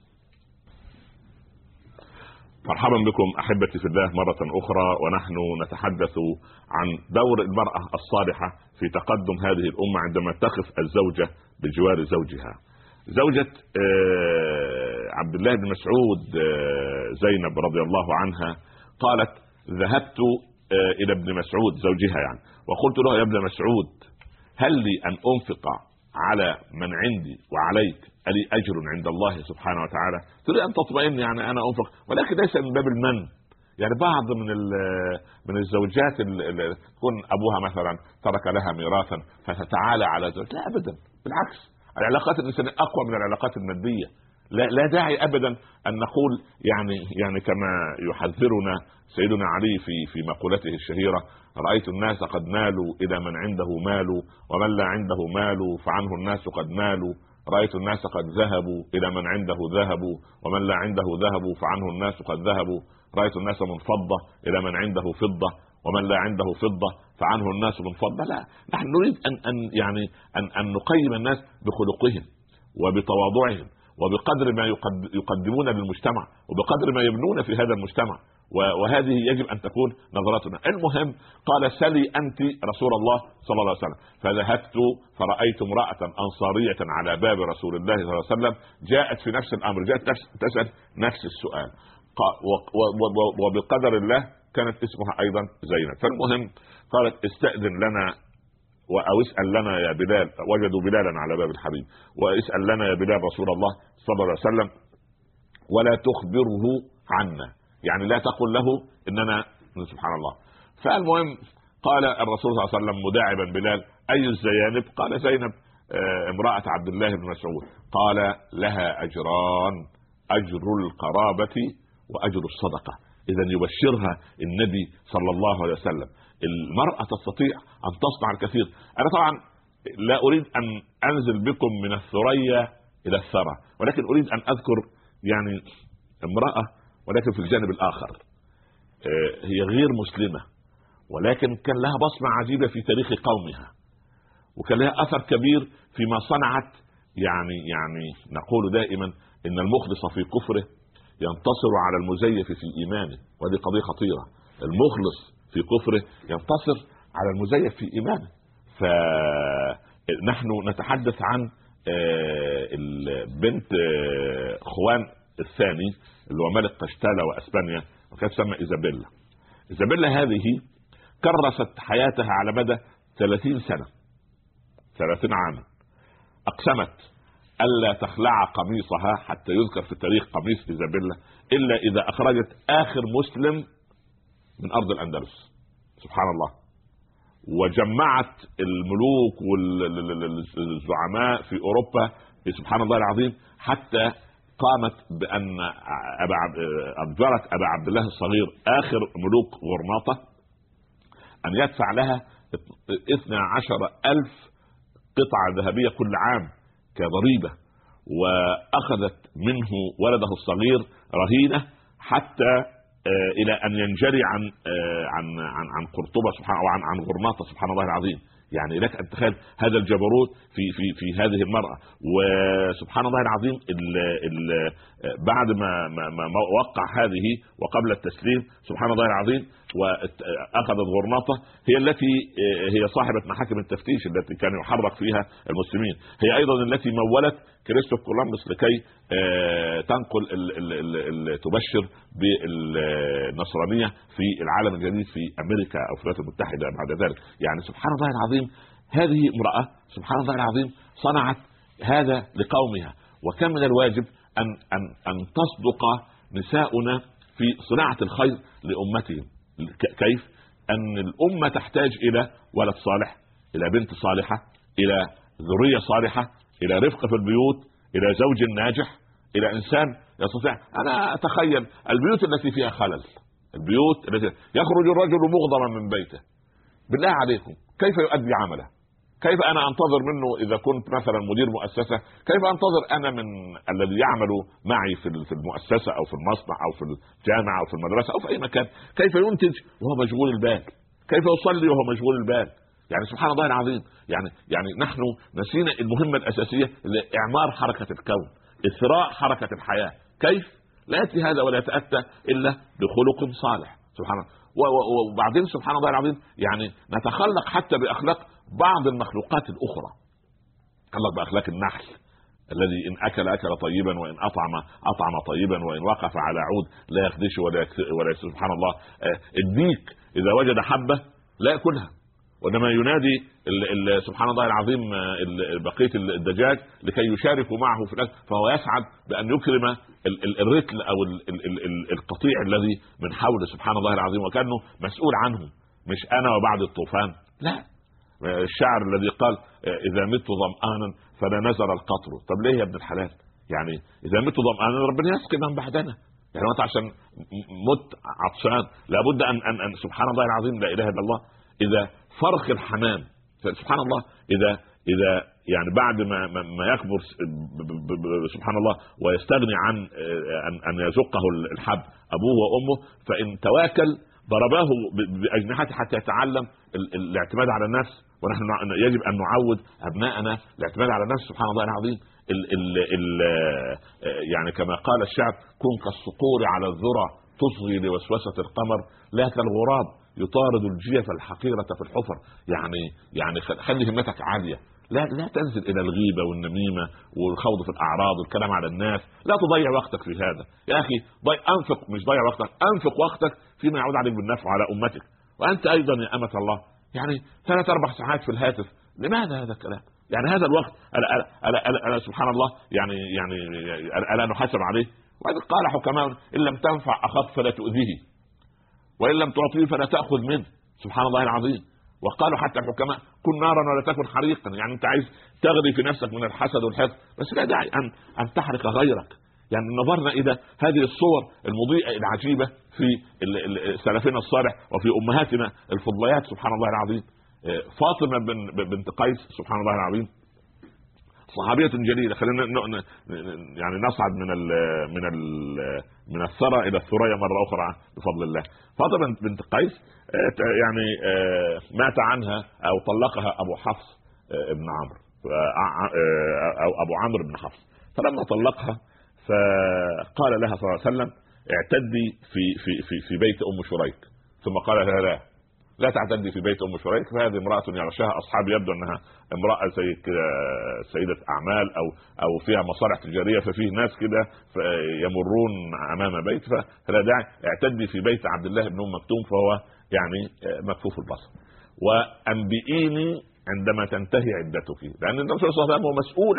مرحبا بكم أحبتي في الله مرة أخرى، ونحن نتحدث عن دور المرأة الصالحة في تقدم هذه الأمة عندما تقف الزوجة بجوار زوجها. زوجة عبد الله بن مسعود زينب رضي الله عنها قالت ذهبت إلى ابن مسعود زوجها يعني وقلت له يا ابن مسعود هل لي أن أنفق على من عندي وعليك ألي أجر عند الله سبحانه وتعالى؟ تريد أن تطمئن يعني أنا أنفق، ولكن ليس من باب المن. يعني بعض من الزوجات اللي تكون أبوها مثلا ترك لها ميراثا فتتعالى على زوج، لا أبدا، بالعكس العلاقات الإنسانية أقوى من العلاقات المادية. لا داعي ابدا ان نقول يعني كما يحذرنا سيدنا علي في مقولته الشهيرة: رأيت الناس قد مالوا الى من عنده مال، ومن لا عنده مال فعنه الناس قد مالوا. رأيت الناس قد ذهبوا الى من عنده ذهب، ومن لا عنده ذهب فعنه الناس قد ذهبوا. رأيت الناس من فضة الى من عنده فضة، ومن لا عنده فضة فعنه الناس من فضة. لا، نحن نريد أن نقيم الناس بخلقهم وبتواضعهم وبقدر ما يقدمون للمجتمع وبقدر ما يبنون في هذا المجتمع، وهذه يجب أن تكون نظرتنا. المهم قال: سلي أنت رسول الله صلى الله عليه وسلم. فذهبت فرأيت امرأة أنصارية على باب رسول الله صلى الله عليه وسلم، جاءت في نفس الأمر، جاءت تسأل نفس السؤال، وبقدر الله كانت اسمها أيضا زينب. فالمهم قالت: استأذن لنا أو اسأل لنا يا بلال، وجدوا بلالا على باب الحبيب، واسأل لنا يا بلال رسول الله صلى الله عليه وسلم ولا تخبره عنا، يعني لا تقل له إننا سبحان الله. فالمهم قال الرسول صلى الله عليه وسلم مداعبا بلال: أي الزيانب؟ قال: زينب امرأة عبد الله بن مسعود. قال: لها أجران، أجر القرابة وأجر الصدقة. إذا يبشرها النبي صلى الله عليه وسلم. المرأة تستطيع أن تصنع الكثير. أنا طبعا لا أريد أن أنزل بكم من الثريا إلى الثرى، ولكن أريد أن أذكر يعني امرأة، ولكن في الجانب الآخر. هي غير مسلمة، ولكن كان لها بصمة عجيبة في تاريخ قومها، وكان لها أثر كبير فيما صنعت. يعني نقول دائما إن المخلص في كفره ينتصر على المزيف في إيمانه، وهذه قضية خطيرة. المخلص في كفره ينتصر على المزيف في إيمانه. فنحن نتحدث عن بنت خوان الثاني اللي هو ملك قشتالة وأسبانيا، وكانت تسمى إيزابيلا. إيزابيلا هذه كرست حياتها على مدى 30 سنة، 30 عاما. أقسمت ألا تخلع قميصها حتى يذكر في التاريخ قميص إيزابيلا إلا إذا أخرجت آخر مسلم من أرض الأندلس. سبحان الله. وجمعت الملوك والزعماء في أوروبا، سبحان الله العظيم، حتى قامت بأن أجبرت أبا عبد الله الصغير آخر ملوك غرناطة أن يدفع لها 12,000 قطعة ذهبية كل عام كضريبة، وأخذت منه ولده الصغير رهينة حتى إلى أن ينجري عن قرطبة سبحان الله، عن غرناطة سبحان الله العظيم. يعني لك أن تخيل هذا الجبروت في هذه المرأة. وسبحان الله العظيم بعد ما وقع هذه وقبل التسليم سبحان الله العظيم وأخذت غرناطة، هي التي هي صاحبة محاكم التفتيش التي كان يحرك فيها المسلمين، هي أيضا التي مولت كريستوف كولومبوس لكي تنقل تبشر بالنصرانية في العالم الجديد في أمريكا أو في الولايات المتحدة بعد ذلك. يعني سبحان الله العظيم هذه امرأة سبحان الله العظيم صنعت هذا لقومها. وكان من الواجب أن تصدق نساؤنا في صناعة الخير لأمتهم. كيف؟ أن الأمة تحتاج إلى ولد صالح، إلى بنت صالحة، إلى ذرية صالحة، إلى رفق في البيوت، إلى زوج ناجح، إلى إنسان يستطيع. أنا أتخيل البيوت التي فيها خلل، البيوت التي يخرج الرجل مغضبا من بيته، بالله عليكم كيف يؤدي عمله؟ كيف أنا أنتظر منه إذا كنت مثلا مدير مؤسسة، كيف أنتظر أنا من الذي يعمل معي في المؤسسة أو في المصنع أو في الجامعة أو في المدرسة أو في أي مكان، كيف ينتج وهو مشغول البال؟ كيف يصلي وهو مشغول البال؟ يعني سبحان الله العظيم. يعني نحن نسينا المهمة الأساسية لإعمار حركة الكون، إثراء حركة الحياة. كيف؟ لا يأتي هذا ولا يتأتى إلا بخلق صالح سبحان الله. وبعدين سبحان الله العظيم يعني نتخلق حتى بأخلاق بعض المخلوقات الأخرى. خلق بأخلاق النحل الذي إن أكل طيبا، وإن أطعم طيبا، وإن وقف على عود لا يخدش ولا سبحان الله. الديك إذا وجد حبة لا يأكلها، وإنما ينادي سبحان الله العظيم بقية الدجاج لكي يشاركوا معه في الأكل، فهو يسعد بأن يكرم الرتل أو القطيع الذي من حوله سبحان الله العظيم، وكأنه مسؤول عنه، مش أنا وبعد الطوفان. لا، الشاعر الذي قال إذا مت ظمآنا فلا نزل القطر. طب ليه يا ابن الحلال؟ يعني اذا مت ظمآنا ربنا يسقي من بعدنا. يعني انت عشان مت عطشان لابد ان سبحان الله العظيم لا اله الا الله، اذا فرخ الحمام سبحان الله، اذا يعني بعد ما يكبر سبحان الله ويستغني عن ان يزقه الحب ابوه وامه، فان تواكل ضرباه باجنحته حتى يتعلم الاعتماد على النفس. ونحن يجب ان نعود ابناءنا الاعتماد على النفس سبحان الله العظيم. يعني كما قال الشعر: كن كالصقور على الذرى تصغي لوسوسة القمر، لا كالغراب يطارد الجيف الحقيرة في الحفر. يعني خلي همتك عالية، لا تنزل الى الغيبة والنميمة والخوض في الاعراض والكلام على الناس. لا تضيع وقتك في هذا يا اخي. انفق، مش ضيع وقتك، انفق وقتك فيما يعود عليك بالنفع على امتك. وانت ايضا يا امة الله يعني 3-4 ساعات في الهاتف، لماذا هذا الكلام؟ يعني هذا الوقت ألا سبحان الله يعني ألا نحاسب عليه؟ وإذ قال حكماء: إن لم تنفع أخاك فلا تؤذيه، وإن لم تعطيه فلا تأخذ منه. سبحان الله العظيم. وقالوا حتى الحكماء: كن نارا ولا تكن حريقا. يعني أنت عايز تغري في نفسك من الحسد والحقد، بس لا داعي أن تحرق غيرك. يعني نظرنا إلى هذه الصور المضيئة العجيبة في سلفنا الصالح وفي أمهاتنا الفضليات سبحان الله العظيم. فاطمة بنت قيس سبحان الله العظيم صحابية جليلة. خلينا يعني نصعد من الثرى إلى الثريا مرة أخرى بفضل الله. فاطمة بنت قيس يعني مات عنها أو طلقها أبو حفص ابن عمرو أو أبو عمرو بن حفص. فلما طلقها فقال لها صلى الله عليه وسلم: اعتدي في بيت أم شريك. ثم قال لها: لا تعتدي في بيت أم شريك، فهذه امرأة يغشاها أصحاب يبدو أنها امرأة زي سيدة أعمال أو فيها مصالح تجارية، ففيه ناس كده يمرون أمام بيت، فلا داعي. اعتدي في بيت عبد الله بن أم مكتوم فهو يعني مكفوف البصر، وأنبئيني عندما تنتهي عدتك. لأن النبي صلى الله عليه وسلم هو مسؤول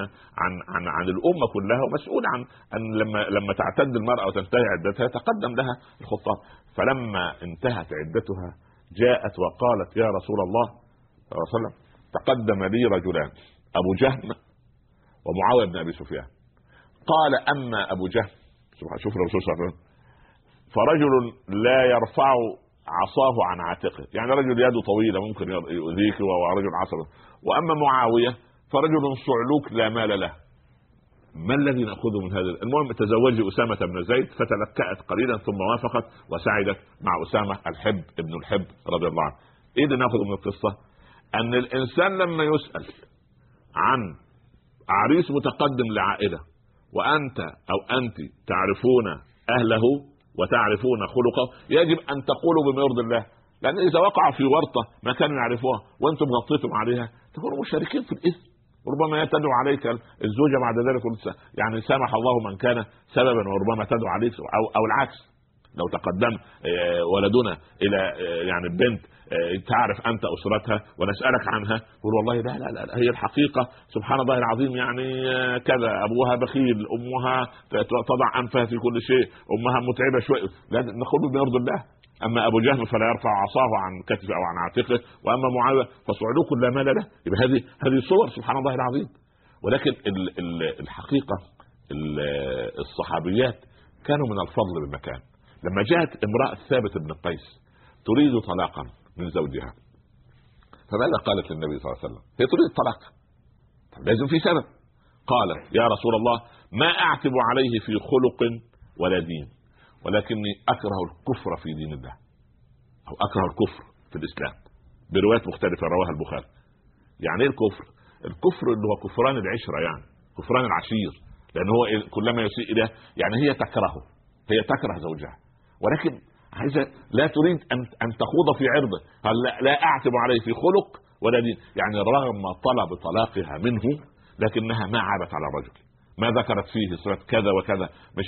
عن الأمة كلها، ومسؤول عن أن لما تعتد المرأة وتنتهي عدتها تقدم لها الخطاب. فلما انتهت عدتها جاءت وقالت: يا رسول الله صلى الله عليه وسلم، تقدم لي رجلان، أبو جهم ومعاوية بن أبي سفيان. قال: أما أبو جهم، شوف الرسول صلى الله عليه وسلم، فرجل لا يرفع عصاه عن عاتقه، يعني رجل يده طويلة ممكن يؤذيك ورجل عصبه. وأما معاوية فرجل صعلوك لا مال له. ما الذي نأخذه من هذا؟ المهم تزوج أسامة بن زيد، فتلكأت قليلا ثم وافقت وسعدت مع أسامة الحب ابن الحب رضي الله عنه. إيه اللي نأخذه من القصة؟ أن الإنسان لما يسأل عن عريس متقدم لعائلة وأنت أو أنت تعرفون أهله وتعرفون خلقه، يجب أن تقولوا بما يرضي الله. لأن إذا وقع في ورطة ما كانوا يعرفوها وأنتم غطيتم عليها تكونوا مشاركين في الإثم. ربما تدعو عليك الزوجة بعد ذلك يعني سامح الله من كان سببا، وربما تدعو عليك أو العكس. لو تقدم ولدنا إلى يعني البنت تعرف أنت أسرتها ونسألك عنها، قل والله لا هي الحقيقة سبحان الله العظيم يعني كذا، أبوها بخيل، أمها تضع أنفها في كل شيء، أمها متعبة شوي. لا نقول بيرضي الله. أما أبو جهل فلا يرفع عصاه عن كتفه أو عن عاتقه، وأما معاوية فصعلوك لا مال له. يبقى هذه صور سبحان الله العظيم. ولكن الحقيقة الصحابيات كانوا من الفضل بالمكان. لما جاءت امرأة ثابت بن قيس تريد طلاقا من زوجها، فماذا قالت للنبي صلى الله عليه وسلم؟ هي تريد الطلاق، لازم في سبب. قالت: يا رسول الله، ما أعتب عليه في خلق ولا دين، ولكني أكره الكفر في دين الله، أو أكره الكفر في الإسلام، بروايات مختلفة رواها البخاري. يعني الكفر اللي هو كفران العشرة، يعني كفران العشير، لأن هو كلما يسيء إليه يعني هي تكره زوجها، ولكن عايزة لا تريد أن تخوض في عرضه. قال: لا أعتب عليه في خلق ولا دين، يعني رغم طلب طلاقها منه لكنها ما عابت على الرجل، ما ذكرت فيه صفات كذا وكذا. مش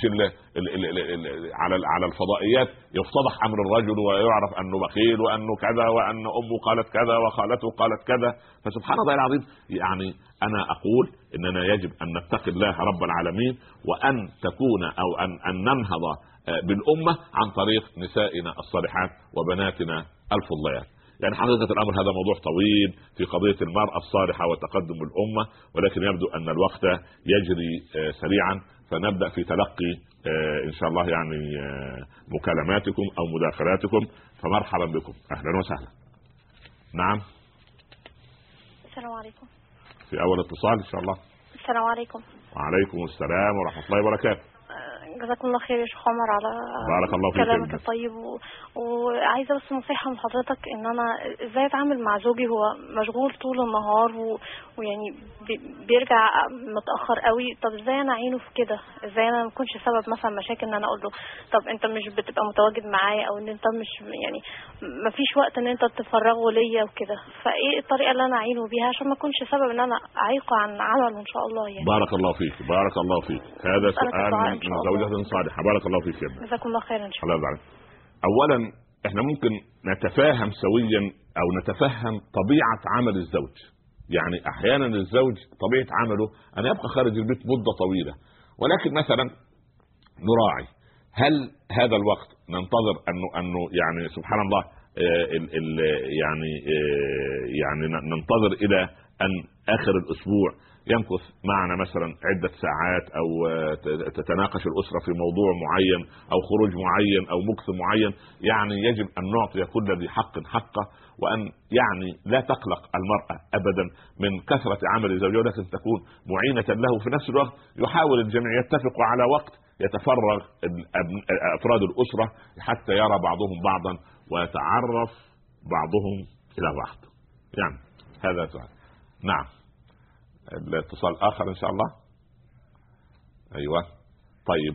على الفضائيات يفتضح امر الرجل ويعرف انه بخيل وانه كذا وان امه قالت كذا وخالته قالت كذا. فسبحان الله العظيم. يعني انا اقول اننا يجب ان نتقي الله رب العالمين، وان تكون او ان ننهض بالامه عن طريق نسائنا الصالحات وبناتنا الفضليات. يعني حقيقة الأمر هذا موضوع طويل في قضية المرأة الصالحة وتقدم الأمة، ولكن يبدو أن الوقت يجري سريعا، فنبدأ في تلقي إن شاء الله يعني مكالماتكم أو مداخلاتكم، فمرحبا بكم، أهلا وسهلا. نعم. السلام عليكم. في أول اتصال إن شاء الله. السلام عليكم. وعليكم السلام ورحمة الله وبركاته. جزاكم الله خير يا شيخ عمر على بارك الله فيك كلامك الطيب وعايزه بس نصيحه من حضرتك ان انا ازاي اتعامل مع زوجي. هو مشغول طول النهار ويعني بيرجع متاخر قوي. طب ازاي انا اعينه في كده؟ ازاي انا ما اكونش سبب مثلا مشاكل ان انا اقول له طب انت مش بتبقى متواجد معايا، او ان انت مش يعني ما فيش وقت ان انت تفرغه ليا وكده. فايه الطريقه اللي انا اعينه بيها عشان ما اكونش سبب ان انا اعيقه عن عمله ان شاء الله يعني. بارك الله فيك، بارك الله فيك. هذا سؤال من زوجة صالحة. بارك الله فيك يا ابني. جزاكم الله خيرا ان شاء الله. اولا احنا ممكن نتفاهم سويا او نتفهم طبيعة عمل الزوج. يعني احيانا الزوج طبيعة عمله ان يبقى خارج البيت مدة طويلة، ولكن مثلا نراعي هل هذا الوقت ننتظر انه يعني سبحان الله يعني ننتظر الى ان اخر الاسبوع يمكث معنا مثلا عدة ساعات، او تتناقش الأسرة في موضوع معين او خروج معين او مكث معين. يعني يجب ان نعطي كل ذي حق حقه، وان يعني لا تقلق المرأة ابدا من كثرة عمل زوجها، ولكن تكون معينة له. في نفس الوقت يحاول الجميع يتفقوا على وقت يتفرغ افراد الأسرة حتى يرى بعضهم بعضا ويتعرف بعضهم الى بعض. يعني هذا سؤال. نعم. الاتصال آخر إن شاء الله. أيوة طيب.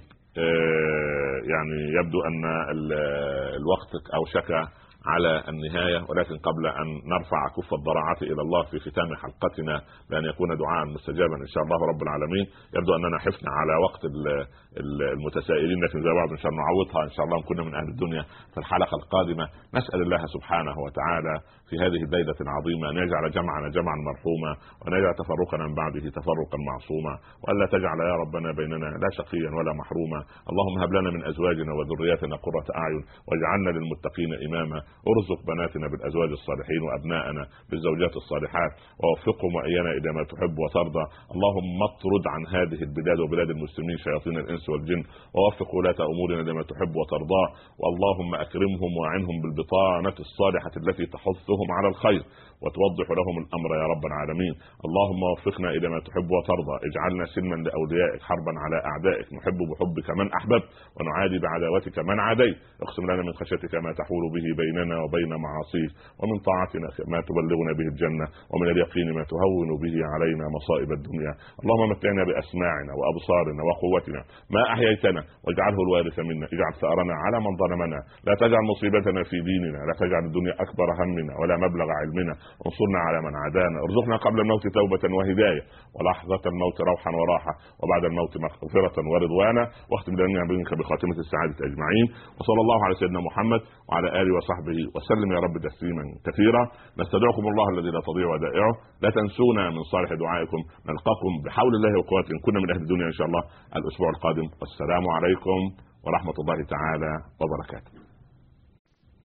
يعني يبدو أن الوقت أوشك على النهاية، ولكن قبل أن نرفع كف الضراعات إلى الله في ختام حلقتنا بأن يكون دعاء مستجابا إن شاء الله رب العالمين، يبدو أننا حفنا على وقت المتسائلين، لكن زي بعض إن شاء الله نعوضها إن شاء الله كنا من أهل الدنيا في الحلقة القادمة. نسأل الله سبحانه وتعالى في هذه الليلة العظيمة أن يجعل جمعنا جمعا مرحوما، وأن يجعل تفرقنا من بعده تفرقا معصوما، وألا تجعل يا ربنا بيننا لا شقيا ولا محروما. اللهم هب لنا من أزواجنا وذرياتنا قرة أعين واجعلنا للمتقين إماما. ارزق بناتنا بالأزواج الصالحين وأبناءنا بالزوجات الصالحات، ووفقهم وإيانا إلى ما تحب وترضى. اللهم اطرد عن هذه البلاد وبلاد المسلمين شياطين الإنس والجن، ووفق ولاة أمورنا لما تحب وترضى. واللهم أكرمهم وأعنهم بالبطانة الصالحة التي تحثهم على الخير وتوضح لهم الأمر يا رب العالمين. اللهم وفقنا إلى ما تحب وترضى. اجعلنا سلما لأوليائك حربا على أعدائك، نحب بحبك من أحببت ونعادي بعداوتك من عاديت. اقسم لنا من خشيتك ما تحول به بيننا وبين معاصيك، ومن طاعتنا ما تبلغنا به الجنة، ومن اليقين ما تهون به علينا مصائب الدنيا. اللهم متعنا بأسماعنا وأبصارنا وقوتنا ما أحييتنا، واجعله الوارث منا، اجعل ثأرنا على من ظلمنا، لا تجعل مصيبتنا في ديننا، لا تجعل الدنيا أكبر همنا ولا مبلغ علمنا، انصرنا على من عادانا. ارزقنا قبل الموت توبة وهداية، ولحظة الموت روحا وراحة، وبعد الموت مغفرة ورضوانا. واختم لنا منك بخاتمة السعادة أجمعين. وصلى الله على سيدنا محمد وعلى آله وصحبه وسلم يا رب تسليما كثيرا. نستدعكم الله الذي لا تضيع ودائعه. لا تنسونا من صالح دعائكم. نلقاكم بحول الله وقوته كنا من أهل الدنيا إن شاء الله الأسبوع القادم. والسلام عليكم ورحمة الله تعالى وبركاته.